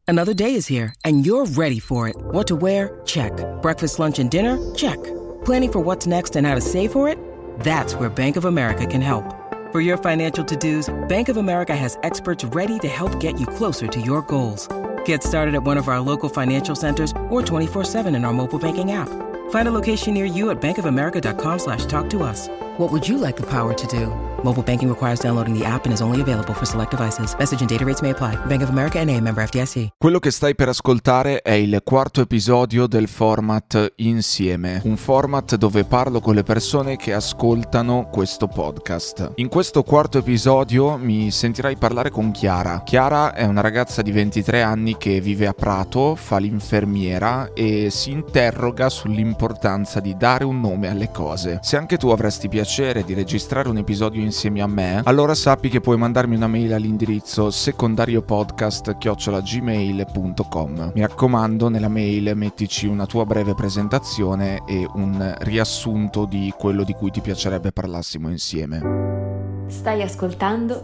Another day is here, and you're ready for it. What to wear? Check. Breakfast, lunch, and dinner? Check. Planning for what's next and how to save for it? That's where Bank of America can help. For your financial to-dos, Bank of America has experts ready to help get you closer to your goals. Get started at one of our local financial centers or 24/7 in our mobile banking app. Find a location near you at bankofamerica.com/talktous. What would you like the power to do? Mobile banking requires downloading the app and is only available for select devices. Message and data rates may apply. Bank of America N.A., member FDIC. Quello che stai per ascoltare è il quarto episodio del format Insieme, un format dove parlo con le persone che ascoltano questo podcast. In questo quarto episodio mi sentirai parlare con Chiara. Chiara è una ragazza di 23 anni che vive a Prato, fa l'infermiera e si interroga sull'importanza di dare un nome alle cose. Se anche tu avresti piacere di registrare un episodio insieme a me, allora sappi che puoi mandarmi una mail all'indirizzo secondariopodcast@gmail.com. Mi raccomando, nella mail mettici una tua breve presentazione e un riassunto di quello di cui ti piacerebbe parlassimo insieme. Stai ascoltando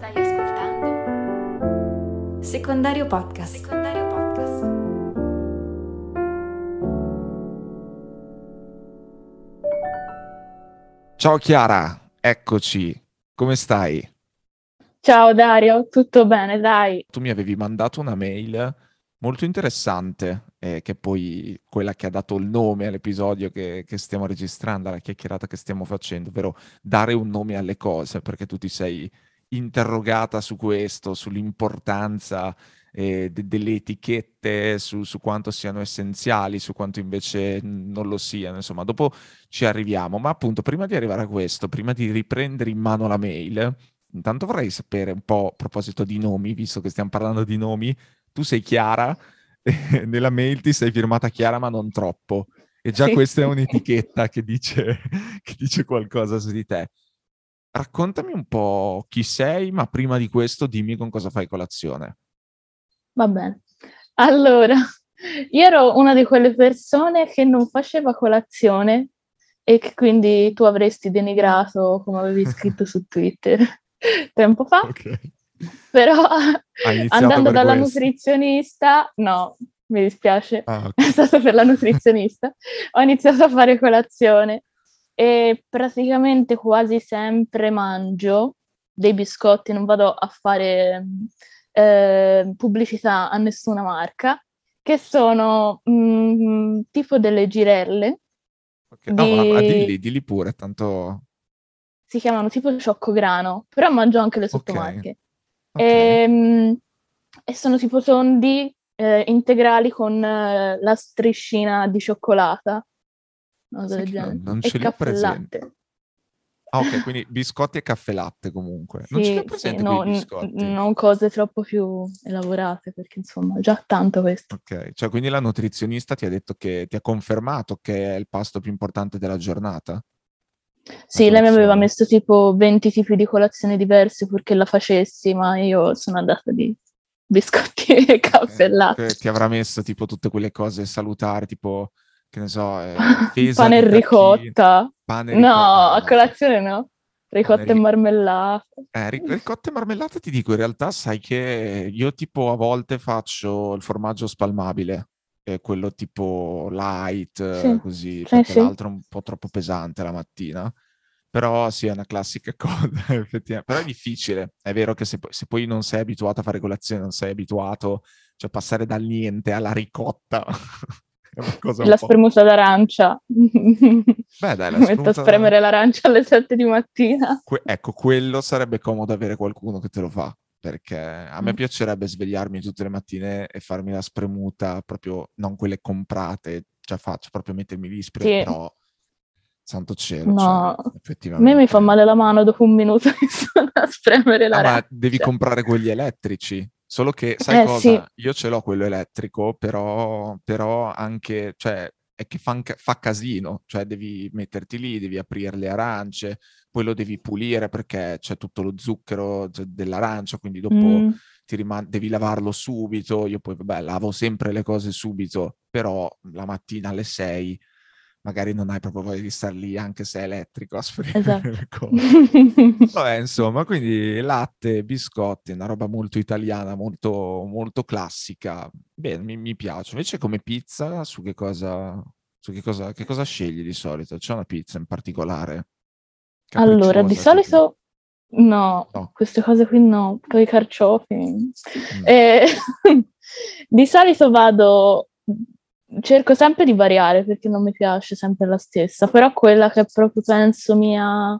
Secondario Podcast. Ciao Chiara, eccoci. Come stai? Ciao Dario, tutto bene, dai. Tu mi avevi mandato una mail molto interessante, che è poi quella che ha dato il nome all'episodio che stiamo registrando, alla chiacchierata che stiamo facendo, ovvero dare un nome alle cose, perché tu ti sei interrogata su questo, sull'importanza delle etichette, su quanto siano essenziali, su quanto invece non lo siano, insomma, dopo ci arriviamo. Ma appunto, prima di arrivare a questo, prima di riprendere in mano la mail, intanto vorrei sapere un po' a proposito di nomi, visto che stiamo parlando di nomi, tu sei Chiara, nella mail ti sei firmata Chiara ma non troppo, e già questa è un'etichetta che dice qualcosa su di te. Raccontami un po' chi sei, ma prima di questo dimmi con cosa fai colazione. Va bene. Allora, io ero una di quelle persone che non faceva colazione e che quindi tu avresti denigrato, come avevi scritto su Twitter tempo fa. Ok. Però andando per dalla questo. nutrizionista, no, mi dispiace, Ah, ok. è stato per la nutrizionista, ho iniziato a fare colazione e praticamente quasi sempre mangio dei biscotti, non vado a fare pubblicità a nessuna marca, che sono tipo delle girelle, Ok. No, ma dilli pure, tanto... si chiamano tipo cioccograno, però mangio anche le Ok, sottomarche. ok. E sono tipo tondi integrali con la striscina di cioccolata, una cosa Sai del che genere, non e ce li ho caffè e presenti. latte. Ah, ok, quindi biscotti e caffè latte comunque. Non ce li ho Sì, presente quei biscotti. non cose troppo più elaborate, perché insomma, già tanto questo. Ok, cioè quindi la nutrizionista ti ha detto che ti ha confermato che è il pasto più importante della giornata? La Sì, lei mi aveva colazione. messo tipo 20 tipi di colazioni diverse purché la facessi, ma io sono andata di biscotti e caffè e latte. Ti avrà messo tipo tutte quelle cose salutari, tipo, che ne so, fesa Pane di e tacchino, ricotta. pane e No, ricotta. a colazione no. Ricotta e marmellata. Ricotta e marmellata ti dico, in realtà sai che io tipo a volte faccio il formaggio spalmabile, quello tipo light, Sì, così, sì, perché sì. l'altro è un po' troppo pesante la mattina. Però sì, è una classica cosa, effettivamente. Però è difficile. È vero che se poi non sei abituato a fare colazione, non sei abituato, cioè passare dal niente alla ricotta è una cosa E un la po'... spremuta d'arancia. Beh, dai, la Mi metto a spremuta... spremere l'arancia alle 7 di mattina. Ecco, quello sarebbe comodo avere qualcuno che te lo fa, perché a me Mm. piacerebbe svegliarmi tutte le mattine e farmi la spremuta, proprio non quelle comprate, cioè faccio proprio mettermi l'ispre, Sì, però santo cielo, cioè no. A me mi fa effettivamente... male la mano dopo un minuto che sono a spremere Ah, ma devi l'arancia. comprare quelli elettrici. Solo che, sai Sì, cosa? Io ce l'ho quello elettrico, però anche, cioè, è che fa casino. Cioè, devi metterti lì, devi aprire le arance, poi lo devi pulire perché c'è tutto lo zucchero dell'arancia, quindi dopo mm, devi lavarlo subito. Io poi, vabbè, lavo sempre le cose subito, però la mattina alle 6 magari non hai proprio voglia di star lì, anche se è elettrico, a sfriare Esatto. le cose. Vabbè, insomma, quindi latte, biscotti, una roba molto italiana, molto, molto classica. Bene, mi piace. Invece come pizza, che cosa scegli di solito? C'è una pizza in particolare? Allora, di Capricciosa, tipo? solito no, No. queste cose qui no, poi i carciofi. Mm. Eh, di solito cerco sempre di variare perché non mi piace sempre la stessa, però quella che proprio penso mia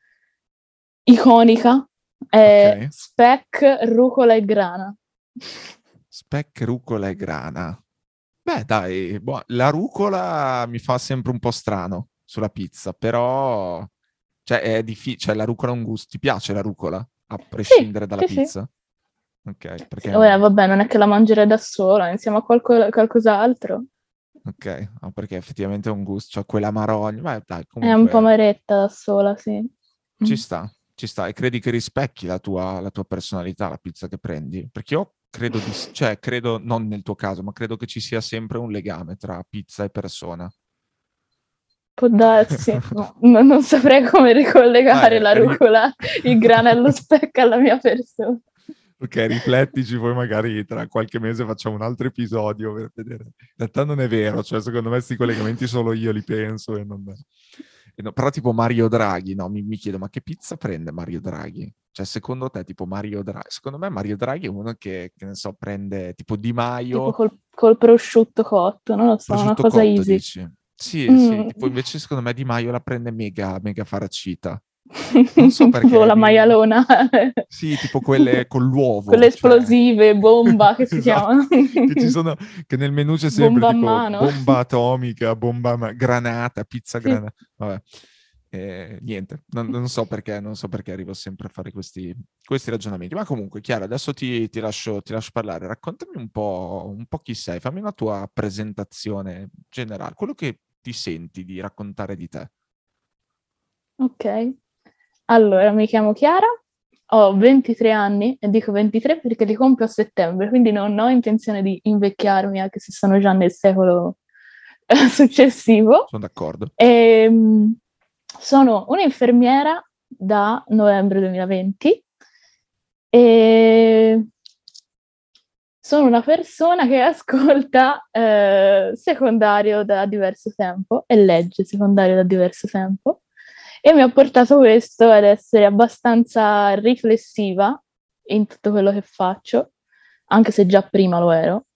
iconica è Ok. speck, rucola e grana. Speck, rucola e grana. Beh, dai, la rucola mi fa sempre un po' strano sulla pizza, però cioè, è difficile, cioè, la rucola ha un gusto. Ti piace la rucola? A Sì, prescindere dalla sì, sì. pizza? Ok, Sì, perché ora, vabbè, non è che la mangerei da sola, insieme a qualcos'altro. ok, no, perché effettivamente è un gusto, cioè quella marogna, ma dai, È un po' comunque amaretta da sola, sì. ci Mm. sta, ci sta. E credi che rispecchi la tua personalità, la pizza che prendi? Perché io credo cioè credo, non nel tuo caso, ma credo che ci sia sempre un legame tra pizza e persona. Può darsi, ma non saprei come Dai, ricollegare la rucola, il grano e lo speck alla mia persona. ok, riflettici, poi magari tra qualche mese facciamo un altro episodio per vedere. In realtà non è vero, cioè secondo me questi collegamenti solo io li penso però tipo Mario Draghi, no? Mi chiedo, ma che pizza prende Mario Draghi? Cioè secondo te tipo Mario Draghi? Secondo me Mario Draghi è uno che ne so, prende tipo Di Tipo Maio, col prosciutto cotto, non lo so, una prosciutto cosa cotto, easy. dici? Sì, sì, Mm. tipo invece secondo me Di Maio la prende mega, mega farcita. Non so Tipo perché la maialona, Sì, tipo quelle con quelle l'uovo, cioè... esplosive, bomba che si Esatto, chiamano. che ci sono, che nel menù c'è sempre Bomba a tipo mano. bomba atomica, granata, pizza Sì. granata, vabbè. Niente, non so perché arrivo sempre a fare questi ragionamenti, ma comunque, Chiara, adesso ti lascio parlare, raccontami un po' chi sei, fammi una tua presentazione generale, quello che ti senti di raccontare di te. Ok, allora mi chiamo Chiara, ho 23 anni e dico 23 perché li compio a settembre, quindi non ho intenzione di invecchiarmi anche se sono già nel secolo successivo. Sono d'accordo. Sono un'infermiera da novembre 2020 e sono una persona che ascolta secondario da diverso tempo e legge secondario da diverso tempo e mi ha portato questo ad essere abbastanza riflessiva in tutto quello che faccio, anche se già prima lo ero.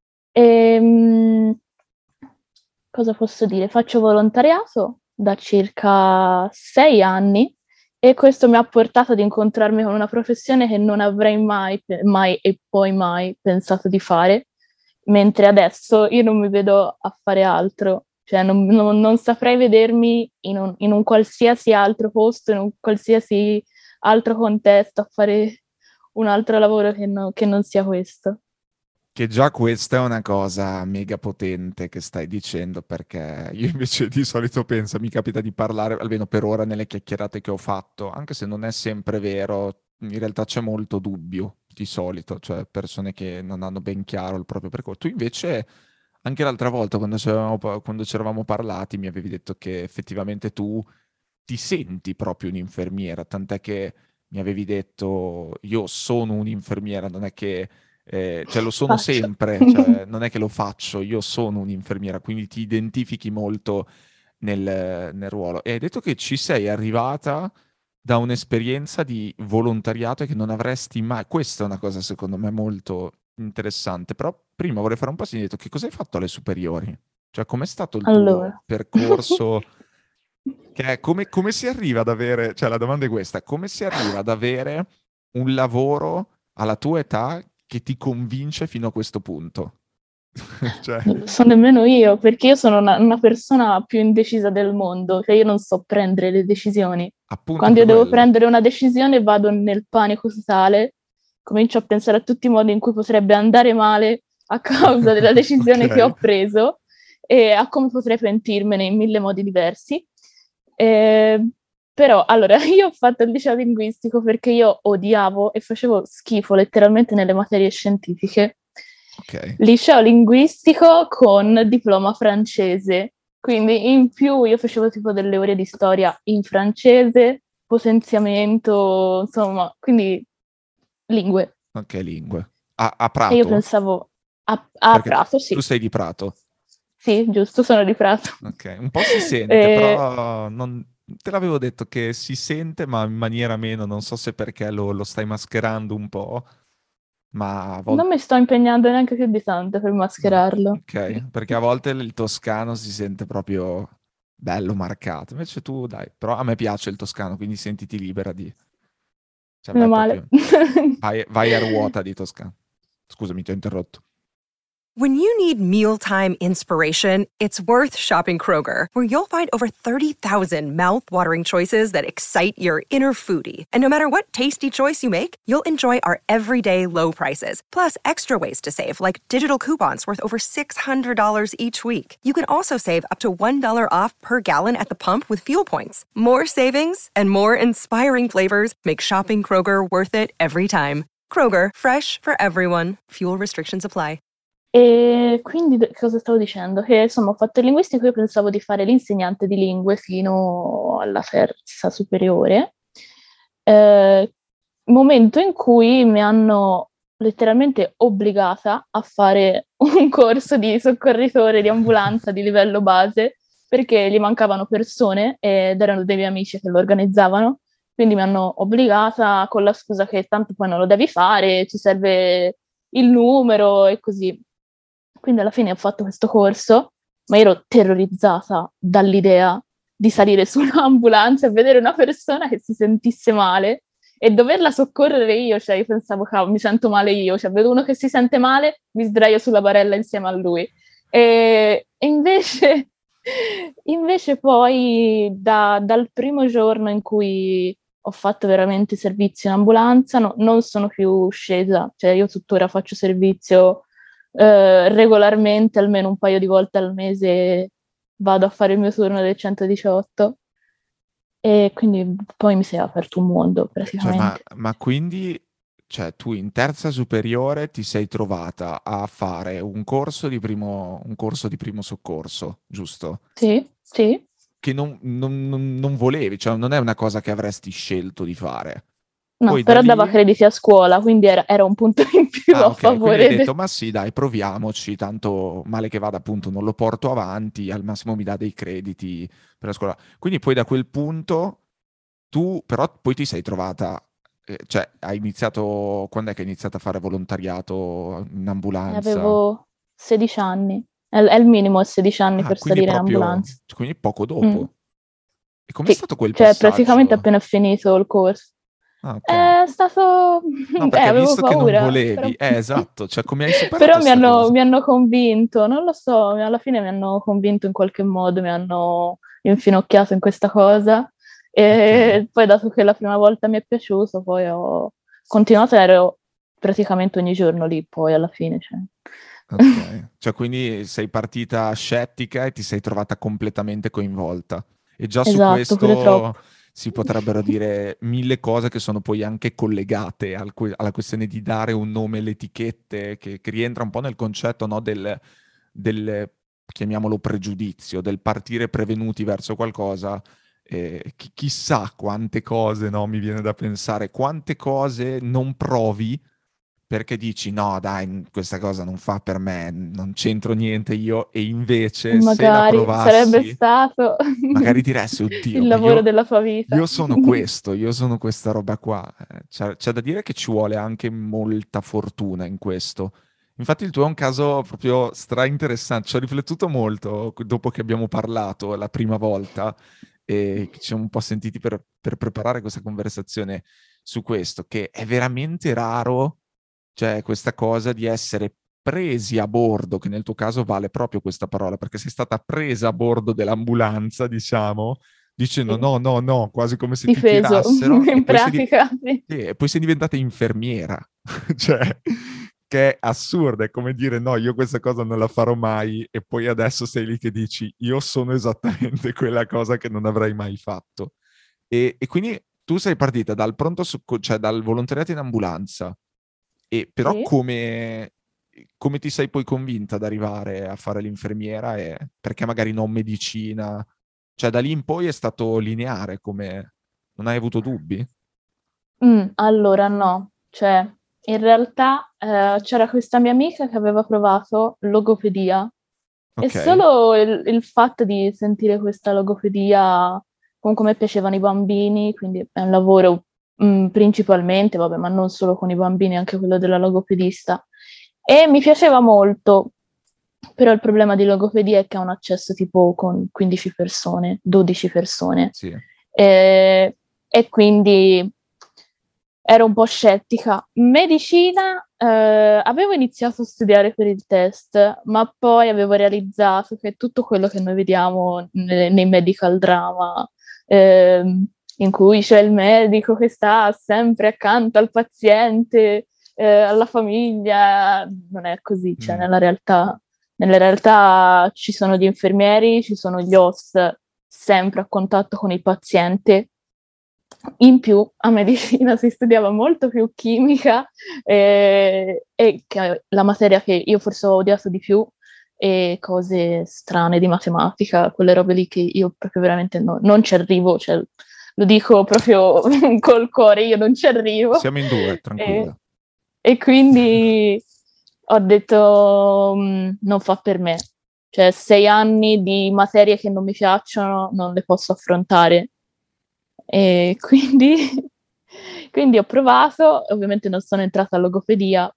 Cosa posso dire? Faccio volontariato da circa 6 anni e questo mi ha portato ad incontrarmi con una professione che non avrei mai, mai e poi mai pensato di fare, mentre adesso io non mi vedo a fare altro, cioè non saprei vedermi in un qualsiasi altro posto, in un qualsiasi altro contesto a fare un altro lavoro che non sia questo. Che già questa è una cosa mega potente che stai dicendo, perché io invece di solito penso, mi capita di parlare, almeno per ora nelle chiacchierate che ho fatto, anche se non è sempre vero, in realtà c'è molto dubbio di solito, cioè persone che non hanno ben chiaro il proprio percorso. Tu invece, anche l'altra volta quando ci eravamo parlati, mi avevi detto che effettivamente tu ti senti proprio un'infermiera, tant'è che mi avevi detto io sono un'infermiera, non è che cioè lo sono Faccio. sempre, cioè non è che lo faccio, io sono un'infermiera, quindi ti identifichi molto nel ruolo. E hai detto che ci sei arrivata da un'esperienza di volontariato e che non avresti mai... Questa è una cosa secondo me molto interessante, però prima vorrei fare un passo indietro. Che cosa hai fatto alle superiori? Cioè com'è stato il tuo Allora. percorso? Come si arriva ad avere, cioè la domanda è questa, come si arriva ad avere un lavoro alla tua età che ti convince fino a questo punto? Cioè, Non lo so nemmeno io, perché io sono una persona più indecisa del mondo, cioè io non so prendere le decisioni. appunto Quando per io devo quello. prendere una decisione vado nel panico totale, comincio a pensare a tutti i modi in cui potrebbe andare male a causa della decisione che Ok. ho preso e a come potrei pentirmene in mille modi diversi. Eh, Però, allora, io ho fatto il liceo linguistico perché io odiavo e facevo schifo letteralmente nelle materie scientifiche. Ok. Liceo linguistico con diploma francese, Quindi in più io facevo tipo delle ore di storia in francese, potenziamento, insomma, quindi lingue. Ok, lingue. A E io Prato? pensavo a Perché Prato, tu sì. sei di Prato. Sì, giusto, sono di Prato. Ok, un po' si sente, E però non... te l'avevo detto che si sente, ma in maniera meno, non so se perché lo stai mascherando un po', ma a non volte... mi sto impegnando neanche più di tanto per No, mascherarlo. ok, perché a volte il toscano si sente proprio bello marcato, invece tu dai, però a me piace il toscano, quindi sentiti libera di... cioè Meno vai male. proprio... vai a ruota di toscano. Scusami, ti ho interrotto. When you need mealtime inspiration, it's worth shopping Kroger, where you'll find over 30,000 mouth-watering choices that excite your inner foodie. And no matter what tasty choice you make, you'll enjoy our everyday low prices, plus extra ways to save, like digital coupons worth over $600 each week. You can also save up to $1 off per gallon at the pump with fuel points. More savings and more inspiring flavors make shopping Kroger worth it every time. Kroger, fresh for everyone. Fuel restrictions apply. E quindi cosa stavo dicendo? Che insomma ho fatto il linguistico, io pensavo di fare l'insegnante di lingue fino alla terza superiore, momento in cui mi hanno letteralmente obbligata a fare un corso di soccorritore di ambulanza di livello base, perché gli mancavano persone ed erano dei miei amici che lo organizzavano, quindi mi hanno obbligata con la scusa che tanto poi non lo devi fare, ci serve il numero e così. Quindi alla fine ho fatto questo corso, ma ero terrorizzata dall'idea di salire su un'ambulanza e vedere una persona che si sentisse male e doverla soccorrere io, cioè io pensavo, cavolo, mi sento male io, cioè vedo uno che si sente male, mi sdraio sulla barella insieme a lui. E invece poi dal primo giorno in cui ho fatto veramente servizio in ambulanza, non sono più scesa, cioè io tuttora faccio servizio regolarmente, almeno un paio di volte al mese vado a fare il mio turno del 118 e quindi poi mi si è aperto un mondo Cioè, praticamente. ma quindi, cioè, tu in terza superiore ti sei trovata a fare un corso di primo soccorso, giusto? Sì, sì. Che non volevi, cioè non è una cosa che avresti scelto di fare. No, Poi da però dava lì... crediti a scuola, quindi era un punto in più Ah, a ok, quindi hai favore. detto, ma sì, dai, proviamoci, tanto male che vada, appunto, non lo porto avanti, al massimo mi dà dei crediti per la scuola. Quindi poi da quel punto tu, però, poi ti sei trovata, cioè, hai iniziato, quando è che hai iniziato a fare volontariato in ambulanza? Avevo 16 anni, è il minimo 16 anni Ah, per quindi salire in proprio, ambulanza. quindi poco Mm. dopo. E com'è Sì, stato quel cioè praticamente passaggio? appena finito il corso. Ah, ok. È stato... No, perché avevo visto che non paura, però... volevi, esatto, cioè come hai superato però mi sta hanno, cosa? mi hanno convinto, non lo so, alla fine mi hanno convinto in qualche modo, mi hanno infinocchiato in questa cosa Ok. e poi dato che la prima volta mi è piaciuto, poi ho continuato e ero praticamente ogni giorno lì poi alla fine. Cioè. Ok, cioè quindi sei partita scettica e ti sei trovata completamente coinvolta. E già su Esatto, pure questo troppo. si potrebbero dire mille cose che sono poi anche collegate alla questione di dare un nome alle etichette, che rientra un po' nel concetto, no, del, chiamiamolo pregiudizio, del partire prevenuti verso qualcosa. Chissà quante cose, no, mi viene da pensare, quante cose non provi perché dici no, dai, questa cosa non fa per me, non c'entro niente io, e invece se la Magari sarebbe provassi, stato magari diresti, oddio, il ma lavoro della tua vita. io sono questo, io sono questa roba qua. C'è da dire che ci vuole anche molta fortuna in questo. Infatti il tuo è un caso proprio stra interessante, ci ho riflettuto molto dopo che abbiamo parlato la prima volta e che ci siamo un po' sentiti per preparare questa conversazione su questo, che è veramente raro, cioè questa cosa di essere presi a bordo, che nel tuo caso vale proprio questa parola, perché sei stata presa a bordo dell'ambulanza, diciamo, dicendo Sì. no, no, no, quasi come se ti Difeso, tirassero, in pratica, sì. sì, e poi sei diventata infermiera, cioè, che è assurda, è come dire no, io questa cosa non la farò mai, e poi adesso sei lì che dici io sono esattamente quella cosa che non avrei mai fatto. E quindi tu sei partita dal pronto cioè dal volontariato in ambulanza, e però Sì. come come ti sei poi convinta ad arrivare a fare l'infermiera e perché magari non medicina? Cioè da lì in poi è stato lineare, come non hai avuto dubbi? Allora no, cioè in realtà c'era questa mia amica che aveva provato logopedia e Ok, solo il fatto di sentire questa logopedia, comunque a me piacevano i bambini, quindi è un lavoro principalmente, vabbè, ma non solo con i bambini, anche quello della logopedista. E mi piaceva molto, però il problema di logopedia è che ha un accesso tipo con 15 persone, 12 persone. sì. E quindi ero un po' scettica. Medicina, avevo iniziato a studiare per il test, ma poi avevo realizzato che tutto quello che noi vediamo nei medical drama, in cui c'è il medico che sta sempre accanto al paziente, alla famiglia, non è così, cioè Mm. nella realtà ci sono gli infermieri, ci sono gli OS sempre a contatto con il paziente. In più, a medicina si studiava molto più chimica e che la materia che io forse ho odiato di più e cose strane di matematica, quelle robe lì che io proprio veramente non ci arrivo, cioè, lo dico proprio col cuore, io non ci arrivo. Siamo in due, E, tranquilla. e quindi ho detto, non fa per me. Cioè, 6 anni di materie che non mi piacciono, non le posso affrontare. E quindi, quindi ho provato, ovviamente non sono entrata a logopedia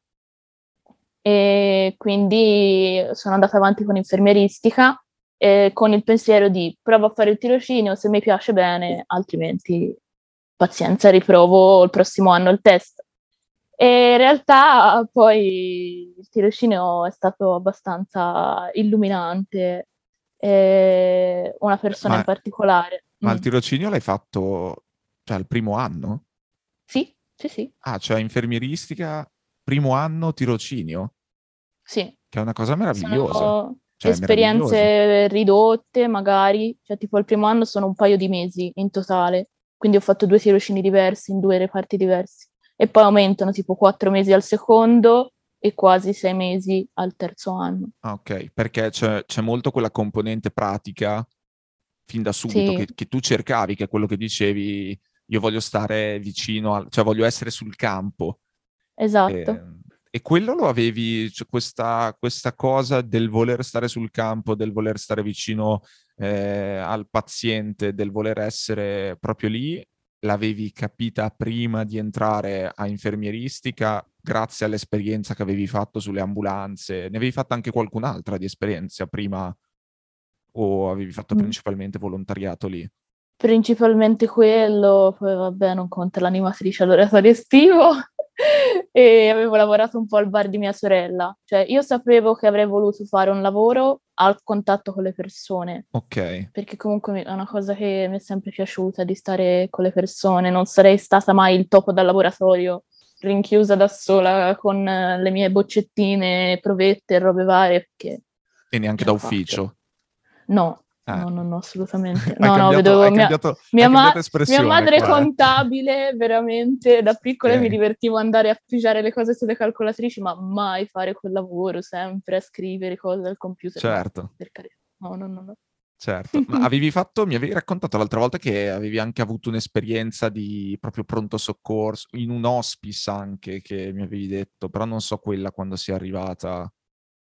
e quindi sono andata avanti con infermieristica con il pensiero di provo a fare il tirocinio, se mi piace bene, altrimenti pazienza, riprovo il prossimo anno il test. E in realtà poi il tirocinio è stato abbastanza illuminante, una persona in Ma, particolare. ma il tirocinio l'hai fatto, cioè, al primo anno? Sì, sì, sì. Ah, cioè infermieristica, primo anno tirocinio, Sì, che è una cosa meravigliosa. sono Cioè, è meraviglioso. esperienze ridotte, magari, cioè tipo il primo anno sono un paio di mesi in totale, quindi ho fatto 2 tirocini diversi in 2 reparti diversi e poi aumentano tipo 4 mesi al secondo e quasi 6 mesi al terzo anno. Ah, ok, perché c'è molto quella componente pratica fin da subito Sì, che tu cercavi, che è quello che dicevi, io voglio stare vicino, cioè voglio essere sul campo. esatto. E, e quello lo avevi, cioè questa cosa del voler stare sul campo, del voler stare vicino al paziente, del voler essere proprio lì, l'avevi capita prima di entrare a infermieristica, grazie all'esperienza che avevi fatto sulle ambulanze. Ne avevi fatta anche qualcun'altra di esperienza prima o avevi fatto Mm. principalmente volontariato lì? Principalmente quello, poi vabbè, non conta l'animatrice all'oratorio estivo e avevo lavorato un po' al bar di mia sorella, cioè io sapevo che avrei voluto fare un lavoro al contatto con le persone, Ok, perché comunque è una cosa che mi è sempre piaciuta di stare con le persone, non sarei stata mai il topo dal laboratorio, rinchiusa da sola con le mie boccettine, provette e robe varie, perché e neanche ce da la faccio. ufficio. No, Eh. no, assolutamente. Hai No, no, cambiato, vedevo hai cambiato, hai mia, cambiato mia espressione madre qua, eh. contabile, veramente, da piccola mi Ok, divertivo andare a pigiare le cose sulle calcolatrici, ma mai fare quel lavoro, sempre a scrivere cose al computer, no, certo, per carità. No, no, no, no. certo. Ma avevi fatto, mi avevi raccontato l'altra volta che avevi anche avuto un'esperienza di proprio pronto soccorso, in un hospice anche, che mi avevi detto, però non so quella quando sia arrivata.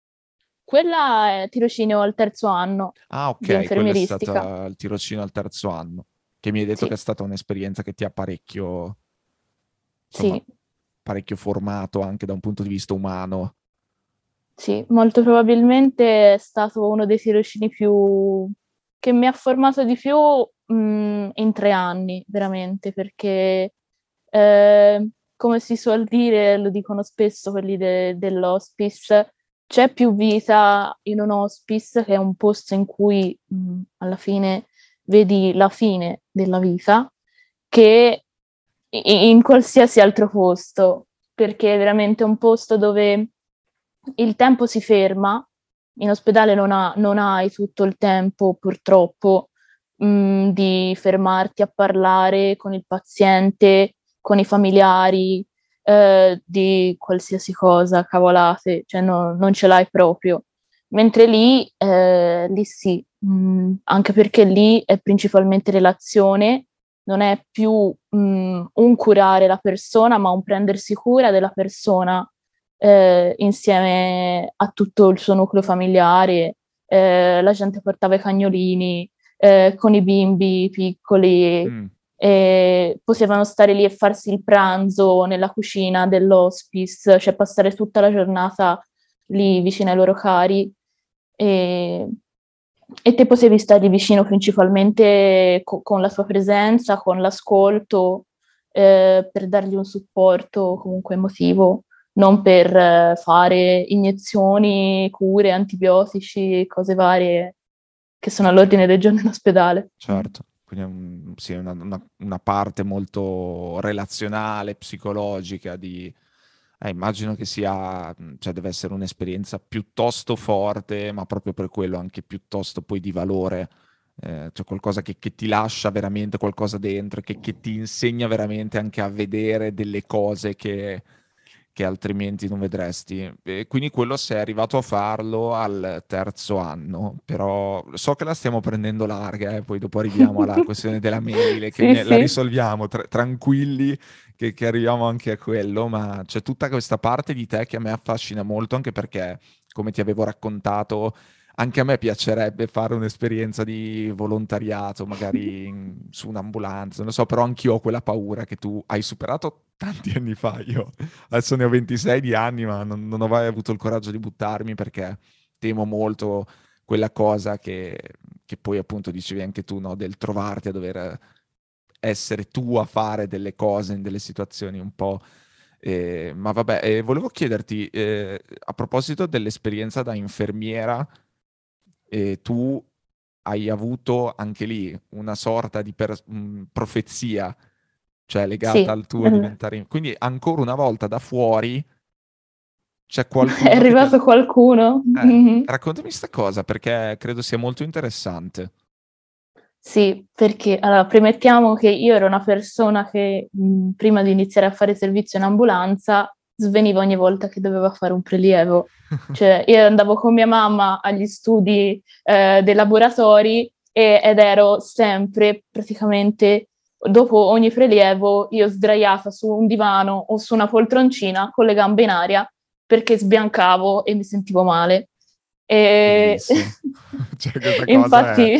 Quella è tirocinio al terzo anno Ah, di ok, quello è infermieristica. stato il tirocinio al terzo anno, che mi hai detto che è Sì, stata un'esperienza che ti ha parecchio, insomma, sì, parecchio formato anche da un punto di vista umano. sì, molto probabilmente è stato uno dei tirocini più che mi ha formato di più in 3 anni, veramente, perché come si suol dire, lo dicono spesso quelli dell'hospice, c'è più vita in un hospice che è un posto in cui alla fine vedi la fine della vita che in qualsiasi altro posto, perché è veramente un posto dove il tempo si ferma, in ospedale non hai tutto il tempo, purtroppo, di fermarti a parlare con il paziente, con i familiari, di qualsiasi cosa, cavolate, cioè non ce l'hai proprio. Mentre lì sì, anche perché lì è principalmente relazione, non è più un curare la persona, ma un prendersi cura della persona insieme a tutto il suo nucleo familiare. La gente portava i cagnolini con i bimbi piccoli Mm, e potevano stare lì e farsi il pranzo nella cucina dell'hospice, cioè passare tutta la giornata lì vicino ai loro cari e, e te potevi stare vicino principalmente con la sua presenza, con l'ascolto, per dargli un supporto comunque emotivo, non per fare iniezioni, cure, antibiotici, cose varie che sono all'ordine del giorno in ospedale. certo. Quindi è sì, una parte molto relazionale, psicologica di... immagino che sia, cioè deve essere un'esperienza piuttosto forte, ma proprio per quello anche piuttosto poi di valore, cioè qualcosa che ti lascia veramente qualcosa dentro, che ti insegna veramente anche a vedere delle cose che altrimenti non vedresti. E quindi quello sei arrivato a farlo al terzo anno, però so che la stiamo prendendo larga, poi dopo arriviamo alla questione della mail, che Sì, la sì. risolviamo tranquilli che arriviamo anche a quello, ma c'è tutta questa parte di te che a me affascina molto, anche perché, come ti avevo raccontato, anche a me piacerebbe fare un'esperienza di volontariato, magari su un'ambulanza, non lo so, però anch'io ho quella paura che tu hai superato tanti anni fa. Io adesso ne ho 26 di anni, ma non ho mai avuto il coraggio di buttarmi perché temo molto quella cosa che poi appunto dicevi anche tu, no? Del trovarti a dover essere tu a fare delle cose in delle situazioni un po'... ma vabbè, volevo chiederti, a proposito dell'esperienza da infermiera, tu hai avuto anche lì una sorta di profezia, cioè legata Sì, al tuo diventare... Quindi ancora una volta da fuori c'è è qualcuno che ti... arrivato qualcuno. Mhm. Raccontami sta cosa perché credo sia molto interessante. Sì, perché allora premettiamo che io ero una persona che prima di iniziare a fare servizio in ambulanza sveniva ogni volta che doveva fare un prelievo. Cioè, io andavo con mia mamma agli studi dei laboratori ed ero sempre praticamente dopo ogni prelievo io sdraiata su un divano o su una poltroncina con le gambe in aria perché sbiancavo e mi sentivo male. E Bellissimo. Cioè, questa cosa è infatti,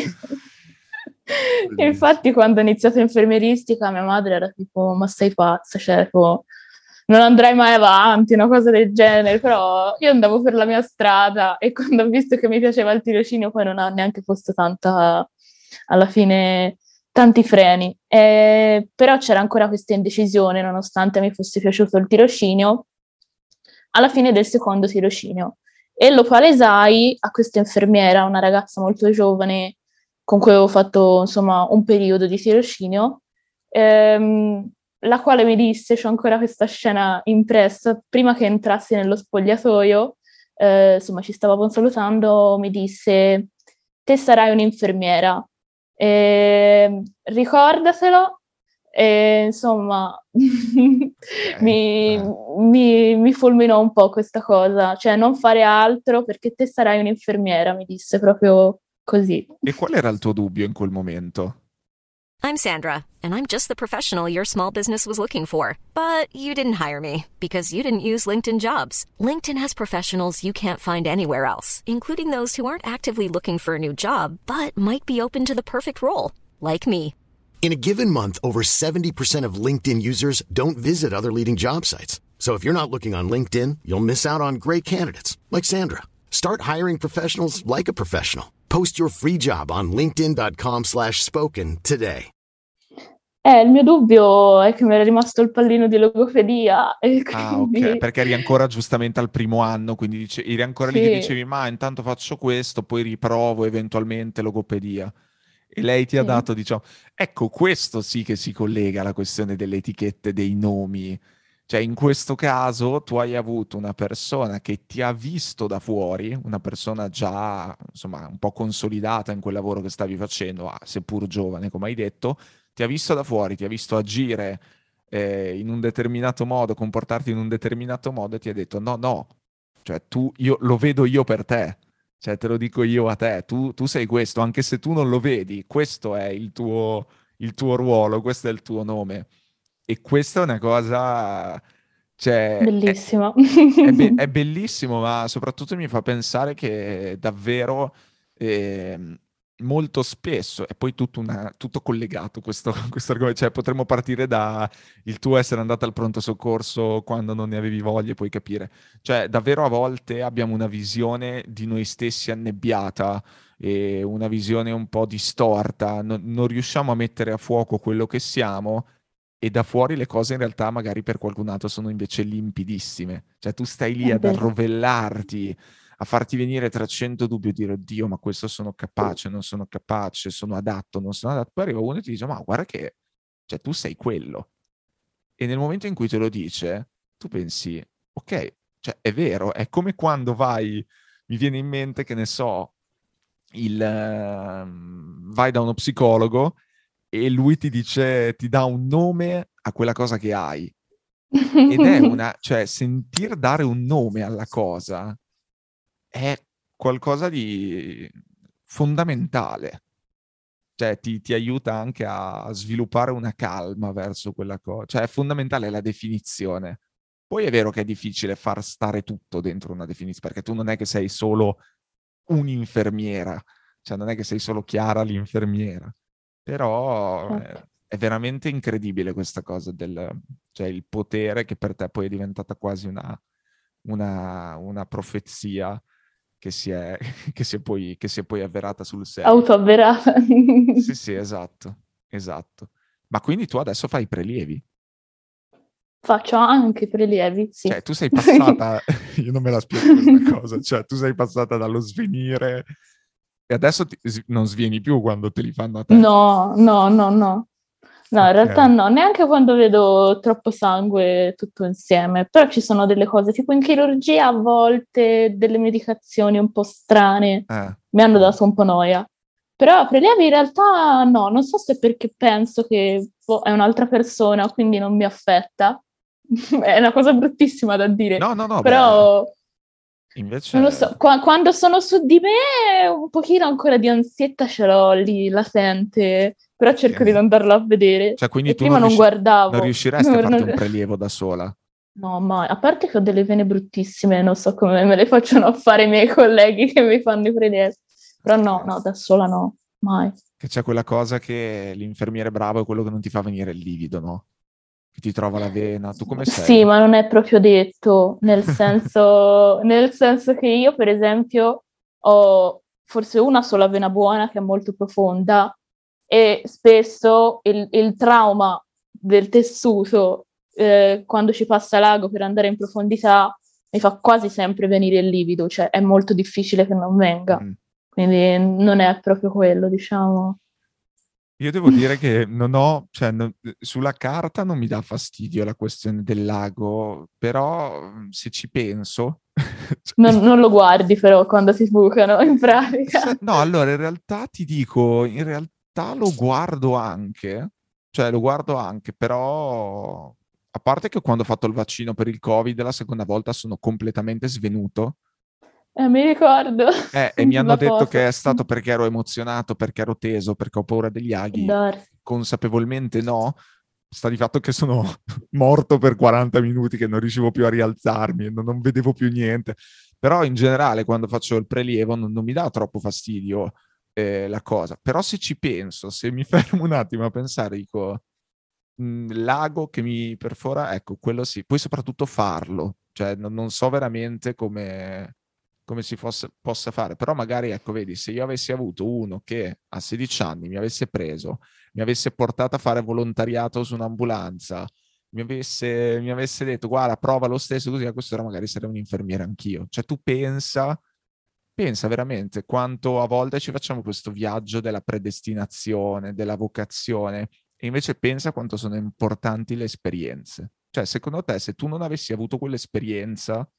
bellissima. infatti, quando ho iniziato infermieristica, mia madre era tipo: Ma sei pazza? Cioè, tipo, non andrai mai avanti, una cosa del genere. Però io andavo per la mia strada e quando ho visto che mi piaceva il tirocinio, poi non ha neanche posto tanta, alla fine, tanti freni. Però c'era ancora questa indecisione, nonostante mi fosse piaciuto il tirocinio, alla fine del secondo tirocinio. E lo palesai a questa infermiera, una ragazza molto giovane con cui avevo fatto insomma un periodo di tirocinio, la quale mi disse, c'ho ancora questa scena impressa, prima che entrassi nello spogliatoio, insomma ci stavamo salutando, mi disse: te sarai un'infermiera, ricordatelo. E insomma, Ok. mi fulminò un po' questa cosa, cioè non fare altro perché te sarai un'infermiera, mi disse proprio così. E qual era il tuo dubbio in quel momento? I'm Sandra, and I'm just the professional your small business was looking for. But you didn't hire me because you didn't use LinkedIn Jobs. LinkedIn has professionals you can't find anywhere else, including those who aren't actively looking for a new job, but might be open to the perfect role, like me. In a given month, over 70% of LinkedIn users don't visit other leading job sites. So if you're not looking on LinkedIn, you'll miss out on great candidates like Sandra. Start hiring professionals like a professional. Post your free job on linkedin.com/spoken today. Il mio dubbio è che mi era rimasto il pallino di logopedia e Ah, ok, quindi perché eri ancora giustamente al primo anno, quindi eri ancora lì che sì, dicevi, ma intanto faccio questo, poi riprovo eventualmente logopedia. E lei ti ha sì. dato, diciamo, ecco, questo sì che si collega alla questione delle etichette, dei nomi. Cioè, in questo caso tu hai avuto una persona che ti ha visto da fuori, una persona già, insomma, un po' consolidata in quel lavoro che stavi facendo, seppur giovane, come hai detto, ti ha visto da fuori, ti ha visto agire in un determinato modo, comportarti in un determinato modo e ti ha detto no, cioè io lo vedo io per te, cioè te lo dico io a te, tu sei questo, anche se tu non lo vedi, questo è il tuo ruolo, questo è il tuo nome. E questa è una cosa, cioè, Bellissima. è bellissimo, ma soprattutto mi fa pensare che davvero molto spesso, è poi tutto collegato questo argomento, cioè potremmo partire da il tuo essere andato al pronto soccorso quando non ne avevi voglia e puoi capire. Cioè, davvero a volte abbiamo una visione di noi stessi annebbiata e una visione un po' distorta, non riusciamo a mettere a fuoco quello che siamo e da fuori le cose in realtà magari per qualcun altro sono invece limpidissime. Cioè tu stai lì È ad vero. arrovellarti, a farti venire 300 dubbi e dire, oddio, ma questo sono capace, non sono capace, sono adatto, non sono adatto. Poi arriva uno e ti dice, ma guarda che, cioè tu sei quello. E nel momento in cui te lo dice, tu pensi, ok, cioè è vero, è come quando vai, mi viene in mente che ne so, vai da uno psicologo e lui ti dice, ti dà un nome a quella cosa che hai. Ed è cioè sentir dare un nome alla cosa è qualcosa di fondamentale. Cioè ti aiuta anche a sviluppare una calma verso quella cosa. Cioè è fondamentale la definizione. Poi è vero che è difficile far stare tutto dentro una definizione, perché tu non è che sei solo un'infermiera, cioè non è che sei solo Chiara l'infermiera, però Certo. è veramente incredibile questa cosa cioè il potere che per te poi è diventata quasi una profezia che che si è poi avverata sul serio. Autoavverata. Sì, sì, esatto, esatto. Ma quindi tu adesso fai i prelievi? Faccio anche prelievi, sì. Cioè, tu sei passata, io non me la spiego questa cosa, cioè tu sei passata dallo svenire e adesso non svieni più quando te li fanno a te. No, no, no, no. No, in Ok. realtà no, neanche quando vedo troppo sangue tutto insieme, però ci sono delle cose, tipo in chirurgia a volte delle medicazioni un po' strane mi hanno dato un po' noia. Però a prelievi in realtà no, non so se è perché penso che è un'altra persona, quindi non mi affetta. È una cosa bruttissima da dire, No, no, no, beh, però non lo so, invece... quando sono su di me un pochino ancora di ansietta ce l'ho lì, latente, però cerco di Ok. non darlo a vedere. Cioè, quindi E tu prima non non guardavo. riusciresti a farti un prelievo da sola? No, ma a parte che ho delle vene bruttissime, non so come me le facciano fare i miei colleghi che mi fanno i prelievi. Però no, Ok. no, da sola no, mai. Che c'è quella cosa che l'infermiere bravo è quello che non ti fa venire il livido, no? Che ti trova la vena. Tu come Sì, sei? ma non è proprio detto, nel senso che io, per esempio, ho forse una sola vena buona che è molto profonda e spesso il trauma del tessuto, quando ci passa l'ago per andare in profondità, mi fa quasi sempre venire il livido, cioè è molto difficile che non venga. Mm. Quindi non è proprio quello, diciamo. Io devo dire che non ho, cioè, sulla carta non mi dà fastidio la questione del lago, però se ci penso, cioè, Non lo guardi però quando si bucano, in pratica. no, allora in realtà ti dico, in realtà lo guardo anche, cioè lo guardo anche, però a parte che quando ho fatto il vaccino per il Covid la seconda volta sono completamente svenuto. Mi ricordo E mi hanno la detto che foto. è stato perché ero emozionato, perché ero teso, perché ho paura degli Può aghi. darsi. Consapevolmente no. Sta di fatto che sono morto per 40 minuti, che non riuscivo più a rialzarmi e non vedevo più niente. Però in generale, quando faccio il prelievo, non mi dà troppo fastidio la cosa. Però se ci penso, se mi fermo un attimo a pensare, dico, l'ago che mi perfora, ecco, quello sì. Poi soprattutto farlo. Cioè, non so veramente come possa fare. Però magari, ecco, vedi, se io avessi avuto uno che a 16 anni mi avesse preso, mi avesse portato a fare volontariato su un'ambulanza, mi avesse detto, guarda, prova lo stesso, così a quest'ora magari sarei un infermiere anch'io. Cioè, tu pensa veramente quanto a volte ci facciamo questo viaggio della predestinazione, della vocazione, e invece pensa quanto sono importanti le esperienze. Cioè, secondo te, se tu non avessi avuto quell'esperienza,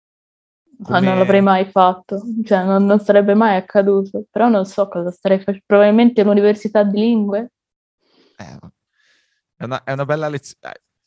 Ma non l'avrei come... mai fatto, cioè non sarebbe mai accaduto. Però non so cosa starei facendo. Probabilmente l'università di lingue. È una bella lezione.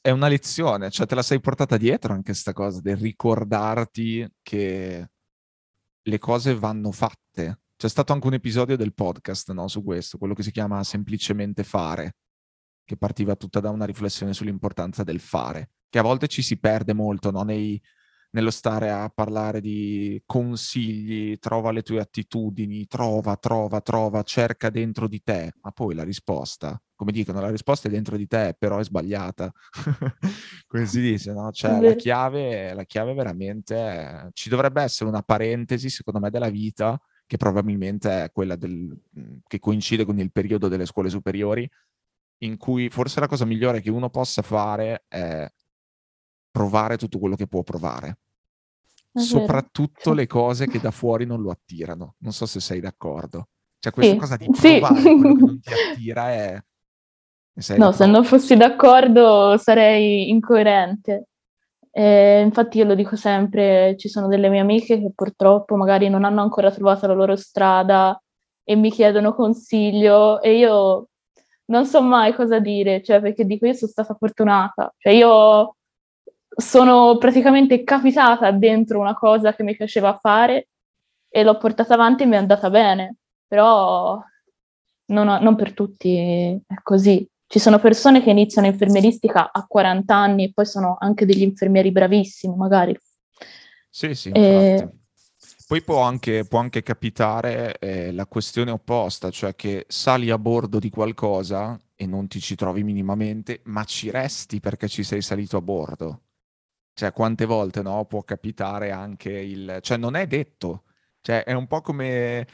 è una lezione, cioè te la sei portata dietro anche sta cosa del ricordarti che le cose vanno fatte. C'è stato anche un episodio del podcast, no, su questo, quello che si chiama Semplicemente fare, che partiva tutta da una riflessione sull'importanza del fare, che a volte ci si perde molto, no, nello stare a parlare di consigli, trova le tue attitudini, trova, cerca dentro di te, ma poi la risposta, come dicono, la risposta è dentro di te, però è sbagliata. Come si dice, no? Cioè la chiave veramente ci dovrebbe essere una parentesi, secondo me, della vita, che probabilmente è quella che coincide con il periodo delle scuole superiori, in cui forse la cosa migliore che uno possa fare è provare tutto quello che può provare. Soprattutto le cose che da fuori non lo attirano. Non so se sei d'accordo. Cioè questa cosa di provare quello che non ti attira è... No, se non fossi d'accordo sarei incoerente. Infatti io lo dico sempre, ci sono delle mie amiche che purtroppo magari non hanno ancora trovato la loro strada e mi chiedono consiglio e io non so mai cosa dire, cioè perché dico io sono stata fortunata, cioè io sono praticamente capitata dentro una cosa che mi piaceva fare e l'ho portata avanti e mi è andata bene, però non per tutti è così. Ci sono persone che iniziano infermieristica a 40 anni e poi sono anche degli infermieri bravissimi, magari. Sì, infatti. Poi può anche capitare la questione opposta, cioè che sali a bordo di qualcosa e non ti ci trovi minimamente, ma ci resti perché ci sei salito a bordo. Cioè, quante volte, no, può capitare anche cioè, non è detto. Cioè, è un po' come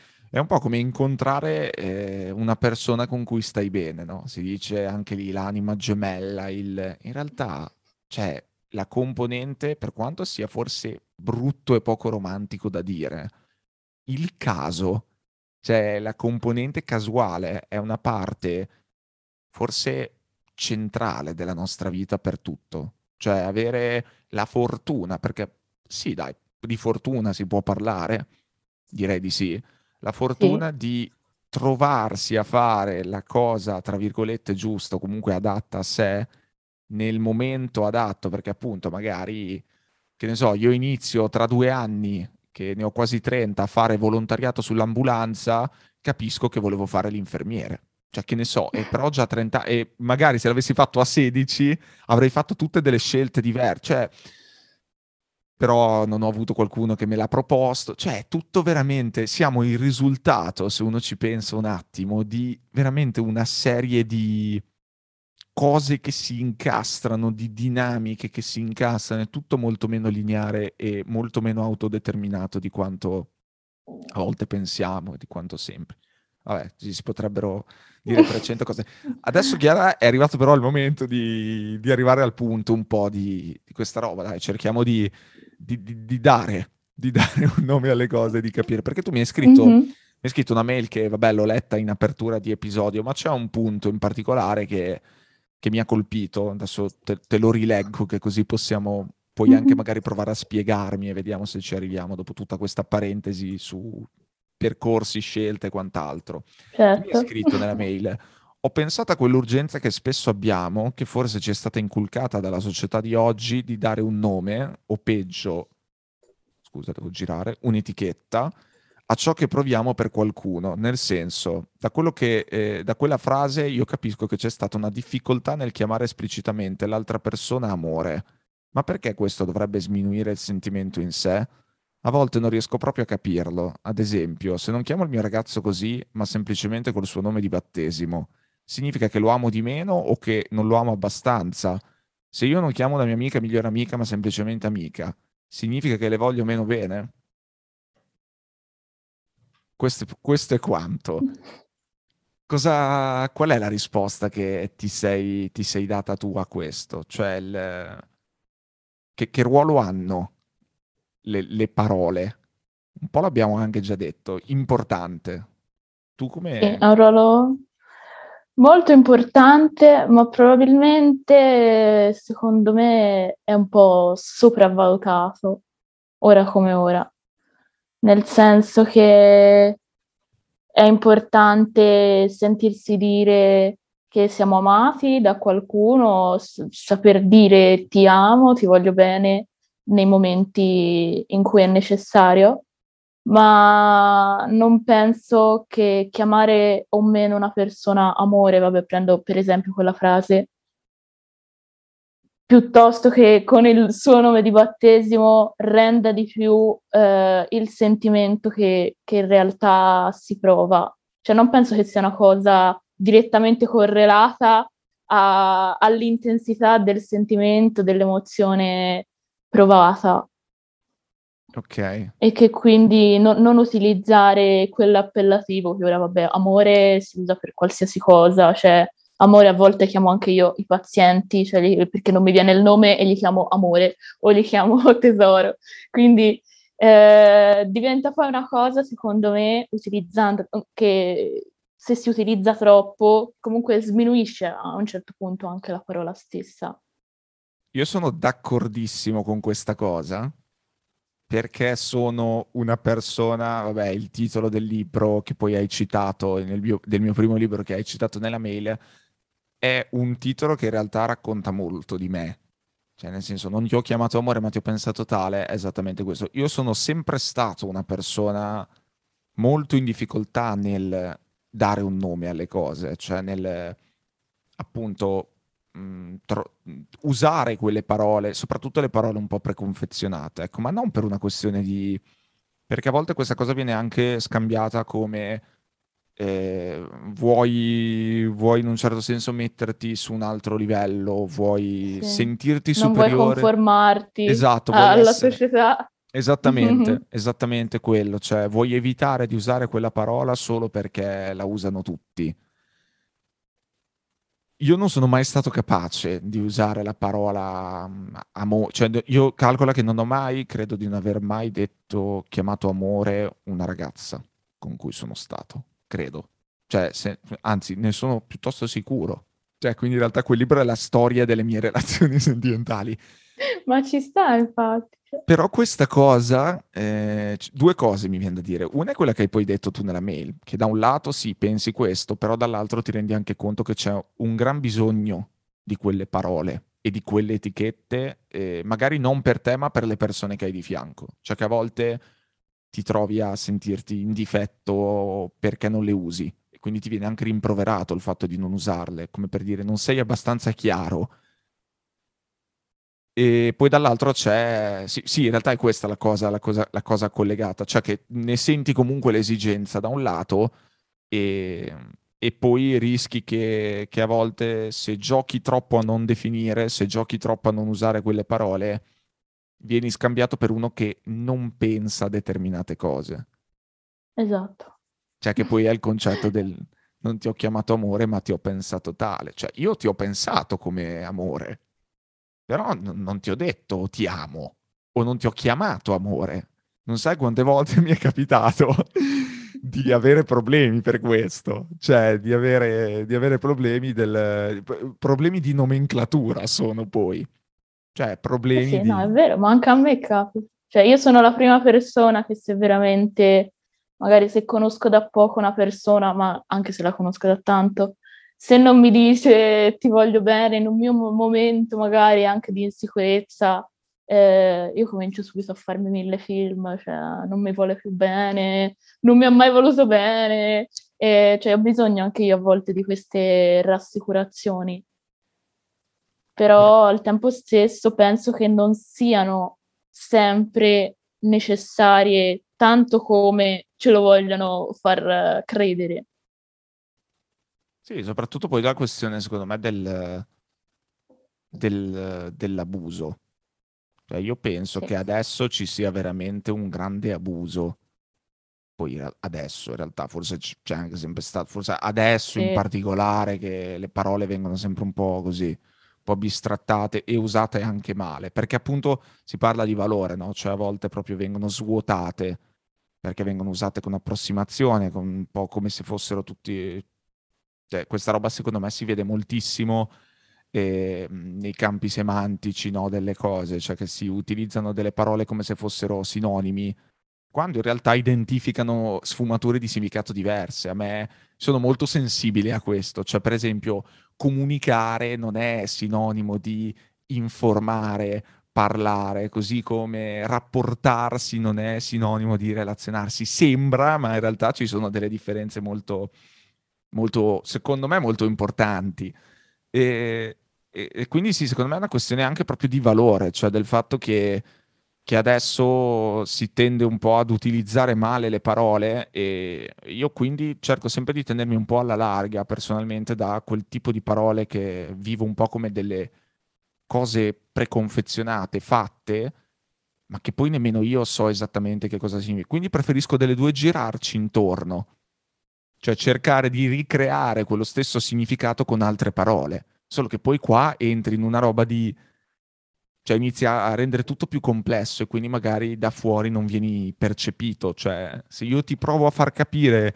incontrare una persona con cui stai bene, no? Si dice anche lì l'anima gemella, in realtà, cioè, la componente, per quanto sia forse brutto e poco romantico da dire, il caso, cioè la componente casuale è una parte forse centrale della nostra vita per tutto. Cioè avere la fortuna, perché sì, dai, di fortuna si può parlare, direi di sì, la fortuna di trovarsi a fare la cosa, tra virgolette, giusta o comunque adatta a sé nel momento adatto, perché appunto magari, che ne so, io inizio tra 2 anni, che ne ho quasi 30, a fare volontariato sull'ambulanza, capisco che volevo fare l'infermiere. Cioè, che ne so, e però ho già 30 e magari se l'avessi fatto a 16 avrei fatto tutte delle scelte diverse. Cioè, però non ho avuto qualcuno che me l'ha proposto. Cioè, tutto veramente, siamo il risultato, se uno ci pensa un attimo, di veramente una serie di cose che si incastrano, di dinamiche che si incastrano, è tutto molto meno lineare e molto meno autodeterminato di quanto a volte pensiamo e di quanto sempre. Vabbè, si potrebbero dire 300 cose. Adesso, Chiara, è arrivato però il momento di arrivare al punto un po' di questa roba. Dai, cerchiamo di dare un nome alle cose, di capire. Perché tu mi hai scritto una mail che, vabbè, l'ho letta in apertura di episodio, ma c'è un punto in particolare che mi ha colpito. Adesso te lo rileggo, che così puoi anche magari provare a spiegarmi e vediamo se ci arriviamo dopo tutta questa parentesi su percorsi, scelte e quant'altro. Certo. Tu mi hai scritto nella mail: ho pensato a quell'urgenza che spesso abbiamo, che forse ci è stata inculcata dalla società di oggi, di dare un nome, o peggio, scusa, devo girare, un'etichetta a ciò che proviamo per qualcuno. Nel senso, da quella frase io capisco che c'è stata una difficoltà nel chiamare esplicitamente l'altra persona amore. Ma perché questo dovrebbe sminuire il sentimento in sé? A volte non riesco proprio a capirlo. Ad esempio, se non chiamo il mio ragazzo così, ma semplicemente col suo nome di battesimo, significa che lo amo di meno o che non lo amo abbastanza? Se io non chiamo la mia amica migliore amica, ma semplicemente amica, significa che le voglio meno bene? Questo è quanto. Qual è la risposta che ti sei data tu a questo? Cioè, che ruolo hanno le parole? Un po' l'abbiamo anche già detto, importante. Tu come... Ha un ruolo molto importante, ma probabilmente, secondo me, è un po' sopravvalutato, ora come ora. Nel senso che è importante sentirsi dire che siamo amati da qualcuno, saper dire ti amo, ti voglio bene nei momenti in cui è necessario, ma non penso che chiamare o meno una persona amore, vabbè, prendo per esempio quella frase, piuttosto che con il suo nome di battesimo renda di più il sentimento che in realtà si prova. Cioè non penso che sia una cosa direttamente correlata all'intensità del sentimento, dell'emozione provata Ok. e che quindi non utilizzare quell'appellativo che ora, vabbè, amore si usa per qualsiasi cosa, cioè amore a volte chiamo anche io i pazienti, cioè perché non mi viene il nome e li chiamo amore o li chiamo tesoro. Quindi diventa poi una cosa, secondo me, utilizzando, che se si utilizza troppo, comunque sminuisce a un certo punto anche la parola stessa. Io sono d'accordissimo con questa cosa perché sono una persona, vabbè, il titolo del libro che poi hai citato, del mio primo libro che hai citato nella mail, è un titolo che in realtà racconta molto di me. Cioè, nel senso, non ti ho chiamato amore, ma ti ho pensato tale, è esattamente questo. Io sono sempre stato una persona molto in difficoltà nel dare un nome alle cose, cioè nel appunto usare quelle parole, soprattutto le parole un po' preconfezionate, ecco, ma non per una questione di... perché a volte questa cosa viene anche scambiata come vuoi in un certo senso metterti su un altro livello, vuoi Sì. sentirti Non vuoi superiore. conformarti Esatto, vuoi alla essere... società. Esattamente, esattamente quello, cioè vuoi evitare di usare quella parola solo perché la usano tutti. Io non sono mai stato capace di usare la parola amore, cioè io calcola che non ho mai, credo di non aver mai detto, chiamato amore una ragazza con cui sono stato, credo. Cioè, anzi, ne sono piuttosto sicuro. Cioè, quindi in realtà quel libro è la storia delle mie relazioni sentimentali. Ma ci sta, infatti. Però questa cosa, due cose mi viene da dire. Una è quella che hai poi detto tu nella mail, che da un lato sì, pensi questo, però dall'altro ti rendi anche conto che c'è un gran bisogno di quelle parole e di quelle etichette, magari non per te, ma per le persone che hai di fianco. Cioè che a volte ti trovi a sentirti in difetto perché non le usi, e quindi ti viene anche rimproverato il fatto di non usarle, come per dire non sei abbastanza chiaro. E poi dall'altro c'è, sì, sì, in realtà è questa la cosa collegata, cioè che ne senti comunque l'esigenza da un lato e, e poi rischi che a volte se giochi troppo a non definire, se giochi troppo a non usare quelle parole, vieni scambiato per uno che non pensa a determinate cose. Esatto. Cioè che poi è il concetto del non ti ho chiamato amore, ma ti ho pensato tale. Cioè io ti ho pensato come amore. Però non ti ho detto ti amo o non ti ho chiamato amore. Non sai quante volte mi è capitato di avere problemi per questo, cioè di avere problemi di nomenclatura sono poi, cioè Eh problemi sì, no, è di... vero, ma anche a me capita. Cioè, io sono la prima persona che se veramente, magari se conosco da poco una persona, ma anche se la conosco da tanto, se non mi dice ti voglio bene in un mio momento magari anche di insicurezza, io comincio subito a farmi mille film, cioè non mi vuole più bene, non mi ha mai voluto bene, cioè ho bisogno anche io a volte di queste rassicurazioni, Però però al tempo stesso penso che non siano sempre necessarie tanto come ce lo vogliono far credere. sì, soprattutto poi la questione secondo me dell'abuso. Cioè, io penso Sì, che adesso ci sia veramente un grande abuso. Poi adesso in realtà forse c'è anche sempre stato, forse adesso in sì, particolare che le parole vengono sempre un po' così, un po' bistrattate e usate anche male, perché appunto si parla di valore, no? Cioè a volte proprio vengono svuotate perché vengono usate con approssimazione, con un po' come se fossero tutti... Cioè, questa roba secondo me si vede moltissimo nei campi semantici, no, delle cose, cioè che si utilizzano delle parole come se fossero sinonimi quando in realtà identificano sfumature di significato diverse. A me sono molto sensibile a questo, cioè per esempio comunicare non è sinonimo di informare, parlare, così come rapportarsi non è sinonimo di relazionarsi. Sembra, ma in realtà ci sono delle differenze molto, molto, secondo me, molto importanti. E, e quindi sì, secondo me è una questione anche proprio di valore, cioè del fatto che adesso si tende un po' ad utilizzare male le parole e io quindi cerco sempre di tenermi un po' alla larga personalmente da quel tipo di parole che vivo un po' come delle cose preconfezionate, fatte, ma che poi nemmeno io so esattamente che cosa significa. Quindi preferisco delle due girarci intorno, cioè cercare di ricreare quello stesso significato con altre parole. Solo che poi qua entri in una roba di... cioè inizia a rendere tutto più complesso e quindi magari da fuori non vieni percepito. Cioè, se io ti provo a far capire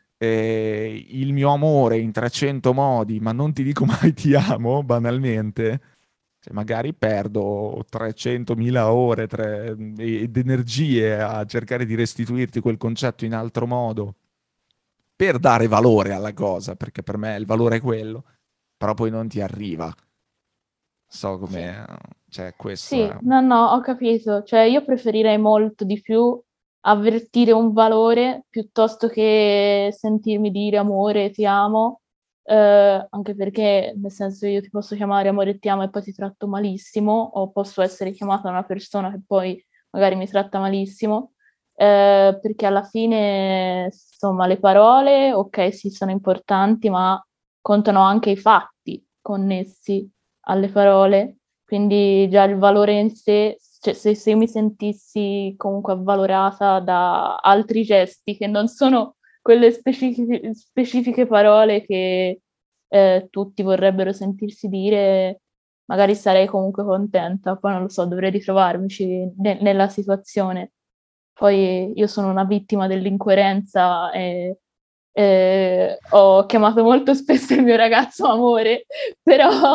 il mio amore in 300 modi, ma non ti dico mai ti amo, banalmente, cioè, magari perdo 300.000 ore ed energie a cercare di restituirti quel concetto in altro modo per dare valore alla cosa, perché per me il valore è quello, però poi non ti arriva. So Sì. come... cioè, questo è... Sì, no, no, ho capito. Cioè, io preferirei molto di più avvertire un valore piuttosto che sentirmi dire amore, ti amo, anche perché, nel senso, io ti posso chiamare amore, ti amo e poi ti tratto malissimo, o posso essere chiamata da una persona che poi magari mi tratta malissimo, perché alla fine, insomma, le parole, ok, sì, sono importanti, ma contano anche i fatti connessi alle parole. Quindi già il valore in sé, cioè se io mi sentissi comunque avvalorata da altri gesti che non sono quelle specifiche parole che tutti vorrebbero sentirsi dire, magari sarei comunque contenta. Poi non lo so, dovrei ritrovarmici nella situazione. Poi io sono una vittima dell'incoerenza e ho chiamato molto spesso il mio ragazzo amore, però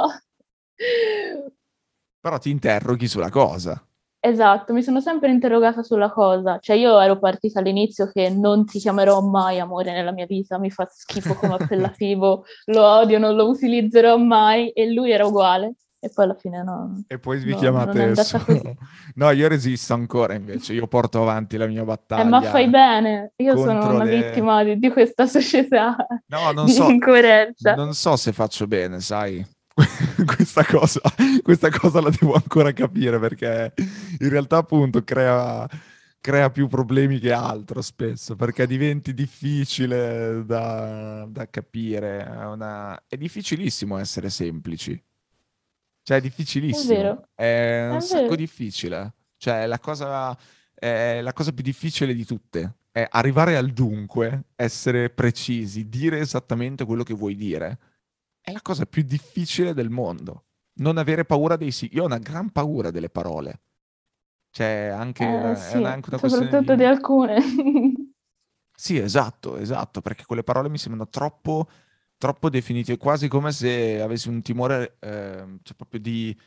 Però ti interroghi sulla cosa. esatto, mi sono sempre interrogata sulla cosa, cioè io ero partita all'inizio che non ti chiamerò mai amore nella mia vita, mi fa schifo come appellativo, lo odio, non lo utilizzerò mai e lui era uguale e poi alla fine no, E poi vi no, non è chiamate andata su... così. No, io resisto ancora invece, io porto avanti la mia Ma fai battaglia bene, io sono contro una le... vittima di questa società No, non di so, incoerenza. non so se faccio bene, sai? Questa cosa, questa cosa la devo ancora capire perché in realtà appunto crea più problemi che altro spesso perché diventi difficile da capire. È difficilissimo essere semplici. Cioè, è È difficilissimo, vero, è un è sacco vero. difficile. Cioè, è la cosa più difficile di tutte. È arrivare al dunque, essere precisi, dire esattamente quello che vuoi dire. È la cosa più difficile del mondo. Non avere paura dei sì. Io ho una gran paura delle parole. Cioè, è Sì, anche una questione soprattutto di di... alcune. Sì, esatto, esatto, perché quelle parole mi sembrano troppo definitive, quasi come se avessi un timore, cioè proprio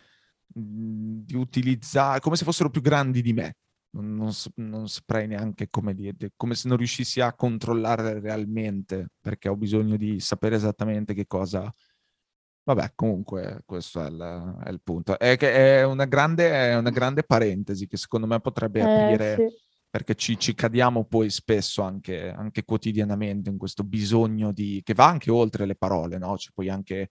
di utilizzare, come se fossero più grandi di me. Non saprei neanche come dire, come se non riuscissi a controllare realmente, perché ho bisogno di sapere esattamente che cosa... Vabbè, comunque questo è il punto. È che è una grande parentesi che secondo me potrebbe aprire, Sì, perché ci cadiamo poi spesso anche quotidianamente in questo bisogno di, che va anche oltre le parole, no? C'è poi anche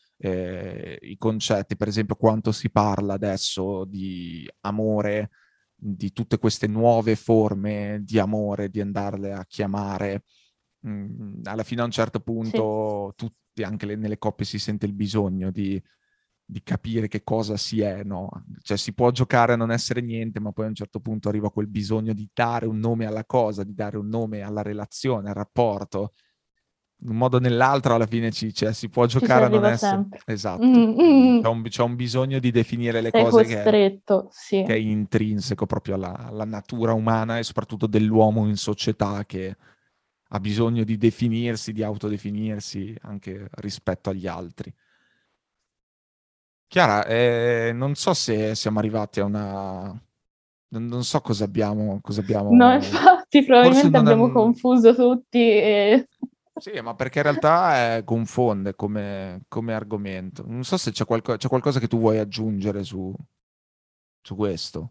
i concetti, per esempio quanto si parla adesso di amore, di tutte queste nuove forme di amore, di andarle a chiamare. Alla fine a un certo sì. punto tutti, anche nelle coppie si sente il bisogno di capire che cosa si è, no? Cioè si può giocare a non essere niente, ma poi a un certo punto arriva quel bisogno di dare un nome alla cosa, di dare un nome alla relazione, al rapporto. In un modo o nell'altro alla fine cioè, si può Ci si giocare a non arriva essere... sempre. Esatto. Mm, mm. C'è un bisogno di definire le Sei cose costretto, sì. che è intrinseco proprio alla natura umana e soprattutto dell'uomo in società che ha bisogno di definirsi, di autodefinirsi anche rispetto agli altri. Chiara, non so se siamo arrivati a non so cosa abbiamo... No, infatti, Forse probabilmente non abbiamo è... confuso tutti e... Sì, ma perché in realtà confonde come argomento. Non so se c'è qualcosa che tu vuoi aggiungere su questo.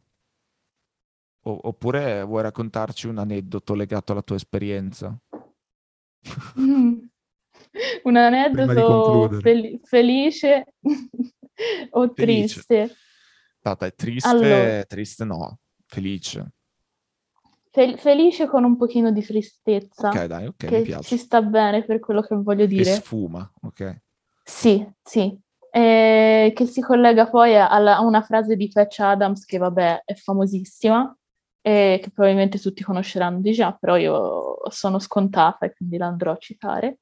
Oppure vuoi raccontarci un aneddoto legato alla tua esperienza? Mm. Un Prima di aneddoto concludere. felice o Felice. triste? Aspetta, è Allora, triste? Triste no. Felice. felice con un pochino di Ok, tristezza, dai, ok, mi che ci piace. sta bene per quello che voglio Che dire. sfuma, ok. Sì, sì. Che si collega poi a una frase di Patch Adams che, vabbè, è famosissima e che probabilmente tutti conosceranno di già, però io sono scontata e quindi la andrò a citare.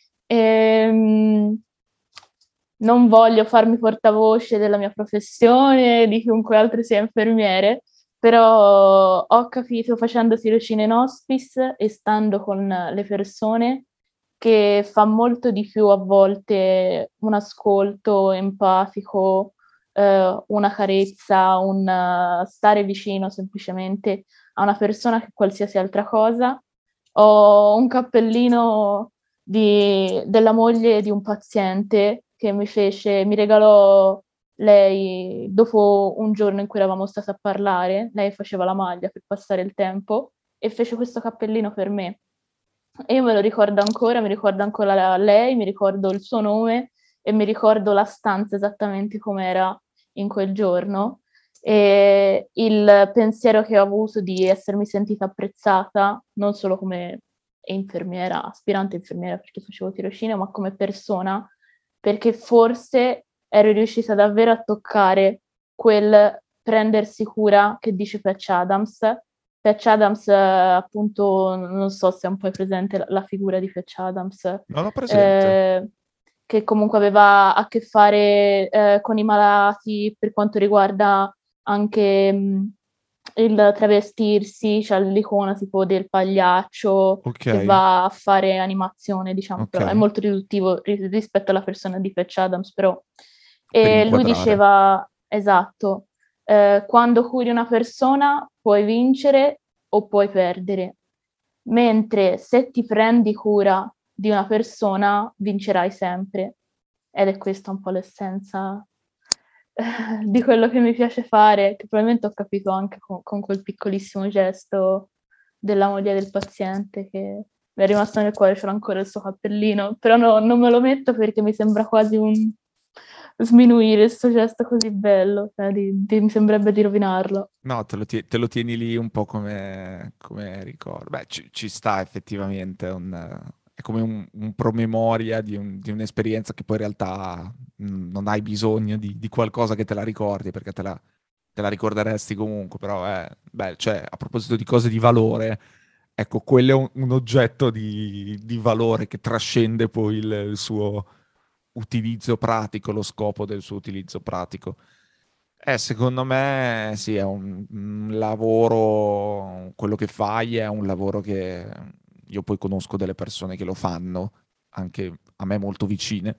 Ehm, Non voglio farmi portavoce della mia professione, di chiunque altro sia infermiere, però ho capito facendo tirocinio in hospice e stando con le persone che fa molto di più a volte un ascolto empatico, una carezza, un stare vicino semplicemente a una persona che qualsiasi altra cosa. Ho un cappellino della moglie di un paziente che mi regalò lei dopo un giorno in cui eravamo stati a parlare. Lei faceva la maglia per passare il tempo e fece questo cappellino per me. E io me lo ricordo ancora lei, mi ricordo il suo nome e mi ricordo la stanza esattamente com'era in quel giorno. E il pensiero che ho avuto di essermi sentita apprezzata, non solo come infermiera, aspirante infermiera perché facevo tirocinio, ma come persona, perché forse ero riuscita davvero a toccare quel prendersi cura che dice Patch Adams. Patch Adams, appunto, non so se è un po' presente la figura di Patch Adams, Non ho presente. eh, che comunque aveva a che fare con i malati per quanto riguarda anche il travestirsi, cioè l'icona tipo del pagliaccio Ok, che va a fare animazione, diciamo, però è ok. molto riduttivo rispetto alla persona di Patch Adams, però. Per E lui inquadrare. diceva, esatto, quando curi una persona puoi vincere o puoi perdere, mentre se ti prendi cura di una persona vincerai sempre. Ed è questa un po' l'essenza di quello che mi piace fare, che probabilmente ho capito anche con quel piccolissimo gesto della moglie del paziente che mi è rimasto nel cuore, c'era ancora il suo cappellino, però non me lo metto perché mi sembra quasi un sminuire questo gesto così bello, cioè mi sembrerebbe di rovinarlo. No, te lo tieni lì un po' come ricordo. Beh, ci sta effettivamente, è come un promemoria di un'esperienza che poi in realtà non hai bisogno di qualcosa che te la ricordi, perché te la ricorderesti comunque, però beh, cioè, a proposito di cose di valore, ecco, quello è un oggetto di valore che trascende poi il suo utilizzo pratico, lo scopo del suo utilizzo pratico. Secondo me sì, è un lavoro, quello che fai è un lavoro che io poi conosco delle persone che lo fanno, anche a me molto vicine,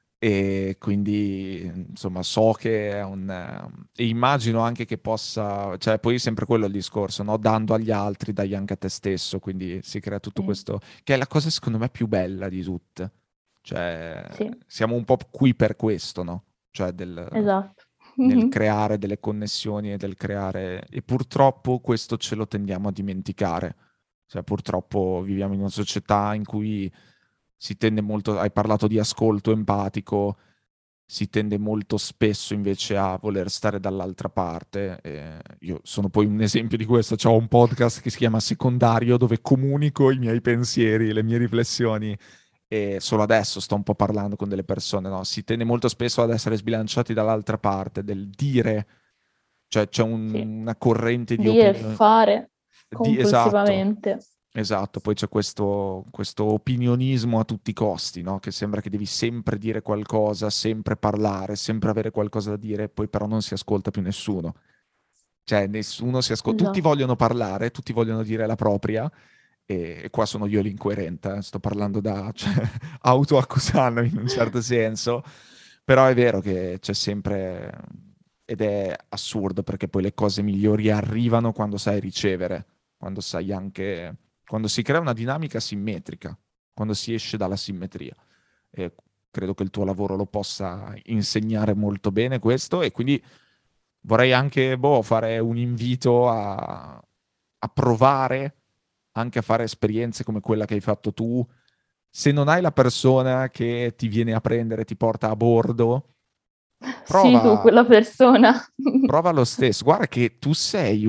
e quindi insomma so che è e immagino anche che possa, cioè poi è sempre quello il discorso, no? Dando agli altri, dai anche a te stesso, quindi si crea tutto Sì, questo, che è la cosa secondo me più bella di tutte. Cioè, sì, siamo un po' qui per questo, no? Cioè esatto. nel Mhm. creare delle connessioni e del creare... E purtroppo questo ce lo tendiamo a dimenticare. Cioè, purtroppo viviamo in una società in cui si tende molto... Hai parlato di ascolto empatico, si tende molto spesso invece a voler stare dall'altra parte. Io sono poi un esempio di questo. Ho un podcast che si chiama Secondario, dove comunico i miei pensieri, le mie riflessioni e solo adesso sto un po' parlando con delle persone, no? Si tende molto spesso ad essere sbilanciati dall'altra parte, del dire, cioè c'è Sì, una corrente di dire e opinione. fare Esatto, compulsivamente. esatto, poi c'è questo opinionismo a tutti i costi, no? Che sembra che devi sempre dire qualcosa, sempre parlare, sempre avere qualcosa da dire, poi però non si ascolta più nessuno. Cioè, nessuno si ascolta, tutti Esatto. vogliono parlare, tutti vogliono dire la propria, e qua sono io l'incoerente, sto parlando cioè, autoaccusandomi in un certo senso, però è vero che c'è sempre, ed è assurdo perché poi le cose migliori arrivano quando sai ricevere, quando sai anche, quando si crea una dinamica simmetrica, quando si esce dalla simmetria. E credo che il tuo lavoro lo possa insegnare molto bene questo, e quindi vorrei anche fare un invito a provare anche a fare esperienze come quella che hai fatto tu. Se non hai la persona che ti viene a prendere, ti porta a bordo, Sì, tu, quella persona. prova lo stesso. Guarda che tu sei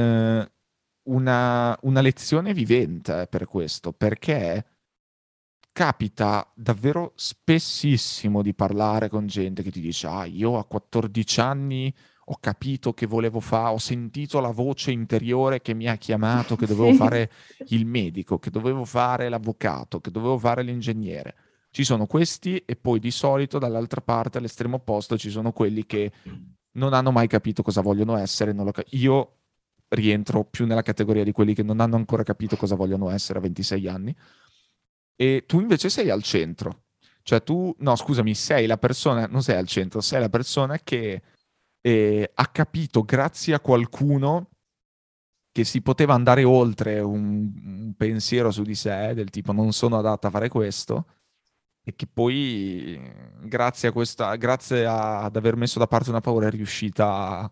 una lezione vivente per questo, perché capita davvero spessissimo di parlare con gente che ti dice: ah, io a 14 anni ho capito che volevo fare, ho sentito la voce interiore che mi ha chiamato, che dovevo Sì. fare il medico, che dovevo fare l'avvocato, che dovevo fare l'ingegnere. Ci sono questi, e poi di solito dall'altra parte, all'estremo opposto, ci sono quelli che non hanno mai capito cosa vogliono essere. Io rientro più nella categoria di quelli che non hanno ancora capito cosa vogliono essere a 26 anni. E tu invece sei al centro. Cioè no, scusami, sei la persona, non sei al centro, sei la persona che ha capito grazie a qualcuno che si poteva andare oltre un pensiero su di sé, del tipo non sono adatta a fare questo, e che poi grazie ad aver messo da parte una paura è riuscita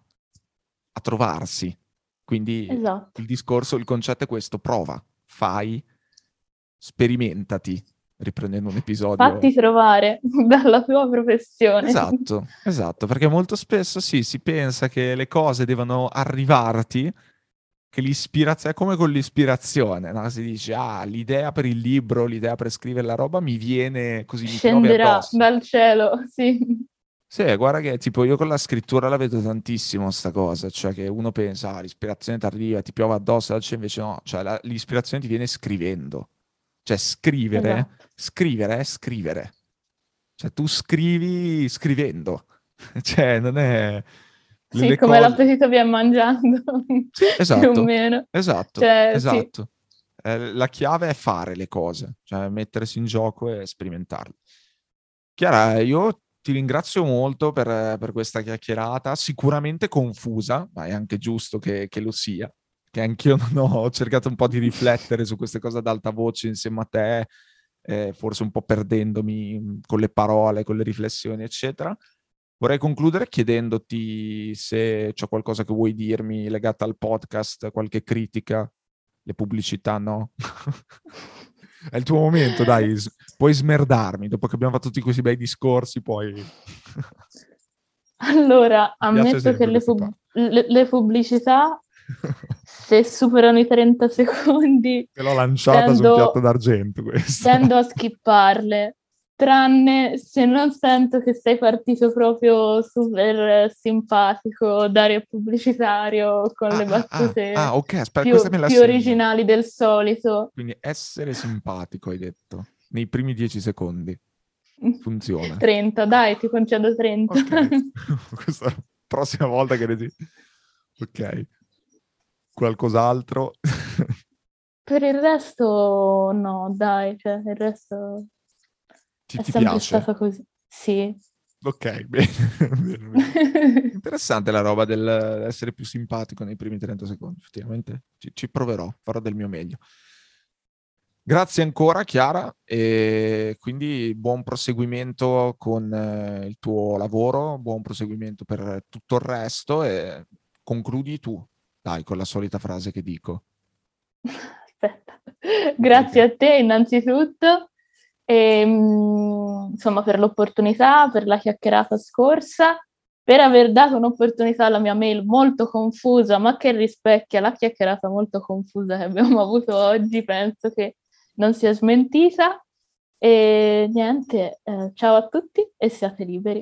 a trovarsi. Quindi Esatto. il concetto è questo: prova, fai, sperimentati, riprendendo un episodio. Fatti trovare dalla tua professione. Esatto, perché molto spesso si pensa che le cose devono arrivarti, che l'ispirazione è come con l'ispirazione, no? Si dice: ah, l'idea per il libro, l'idea per scrivere la roba mi viene così, mi piove Scenderà addosso. dal cielo, sì. Sì, guarda che tipo io con la scrittura la vedo tantissimo sta cosa, cioè che uno pensa: ah, l'ispirazione ti arriva, ti piove addosso, invece no, cioè l'ispirazione ti viene scrivendo. Cioè scrivere è scrivere. Cioè tu scrivi scrivendo. Cioè non è... Sì, le come cose... l'appetito viene mangiando, Sì, più o meno. esatto. Sì. La chiave è fare le cose, cioè mettersi in gioco e sperimentarle. Chiara, io ti ringrazio molto per questa chiacchierata, sicuramente confusa, ma è anche giusto che lo sia, che anch'io non ho cercato un po' di riflettere su queste cose ad alta voce insieme a te, forse un po' perdendomi con le parole, con le riflessioni, eccetera. Vorrei concludere chiedendoti se c'è qualcosa che vuoi dirmi legata al podcast, qualche critica, le pubblicità, no? È il tuo momento, dai, puoi smerdarmi, dopo che abbiamo fatto tutti questi bei discorsi, poi... Allora, Mi piace ammetto che sempre questa parte. le pubblicità, se superano i 30 secondi, Te l'ho lanciata su un piatto d'argento, questo. tendo a skipparle, tranne se non sento che sei partito proprio super simpatico, Dario pubblicitario, con le battute ok, aspetta, più, questa me la più segno. originali del solito. Quindi essere simpatico, hai detto, nei primi 10 secondi. Funziona. 30, dai, ti concedo 30. Ok, questa è la prossima volta che Ok. Qualcos'altro? Per il resto no, dai, cioè il resto è Ti sempre piace? stata così. Sì. Ok, bene. Interessante la roba dell'essere più simpatico nei primi 30 secondi, effettivamente. Ci proverò, farò del mio meglio. Grazie ancora, Chiara, e quindi buon proseguimento con il tuo lavoro, buon proseguimento per tutto il resto, e concludi tu, dai, con la solita frase che dico. Aspetta. Grazie a te innanzitutto, e, insomma, per l'opportunità, per la chiacchierata scorsa, per aver dato un'opportunità alla mia mail molto confusa, ma che rispecchia la chiacchierata molto confusa che abbiamo avuto oggi. Penso che non sia smentita. E niente, ciao a tutti e siate liberi.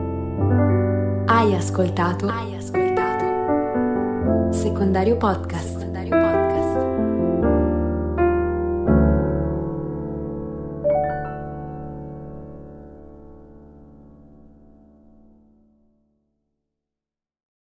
Hai ascoltato Secondario Podcast.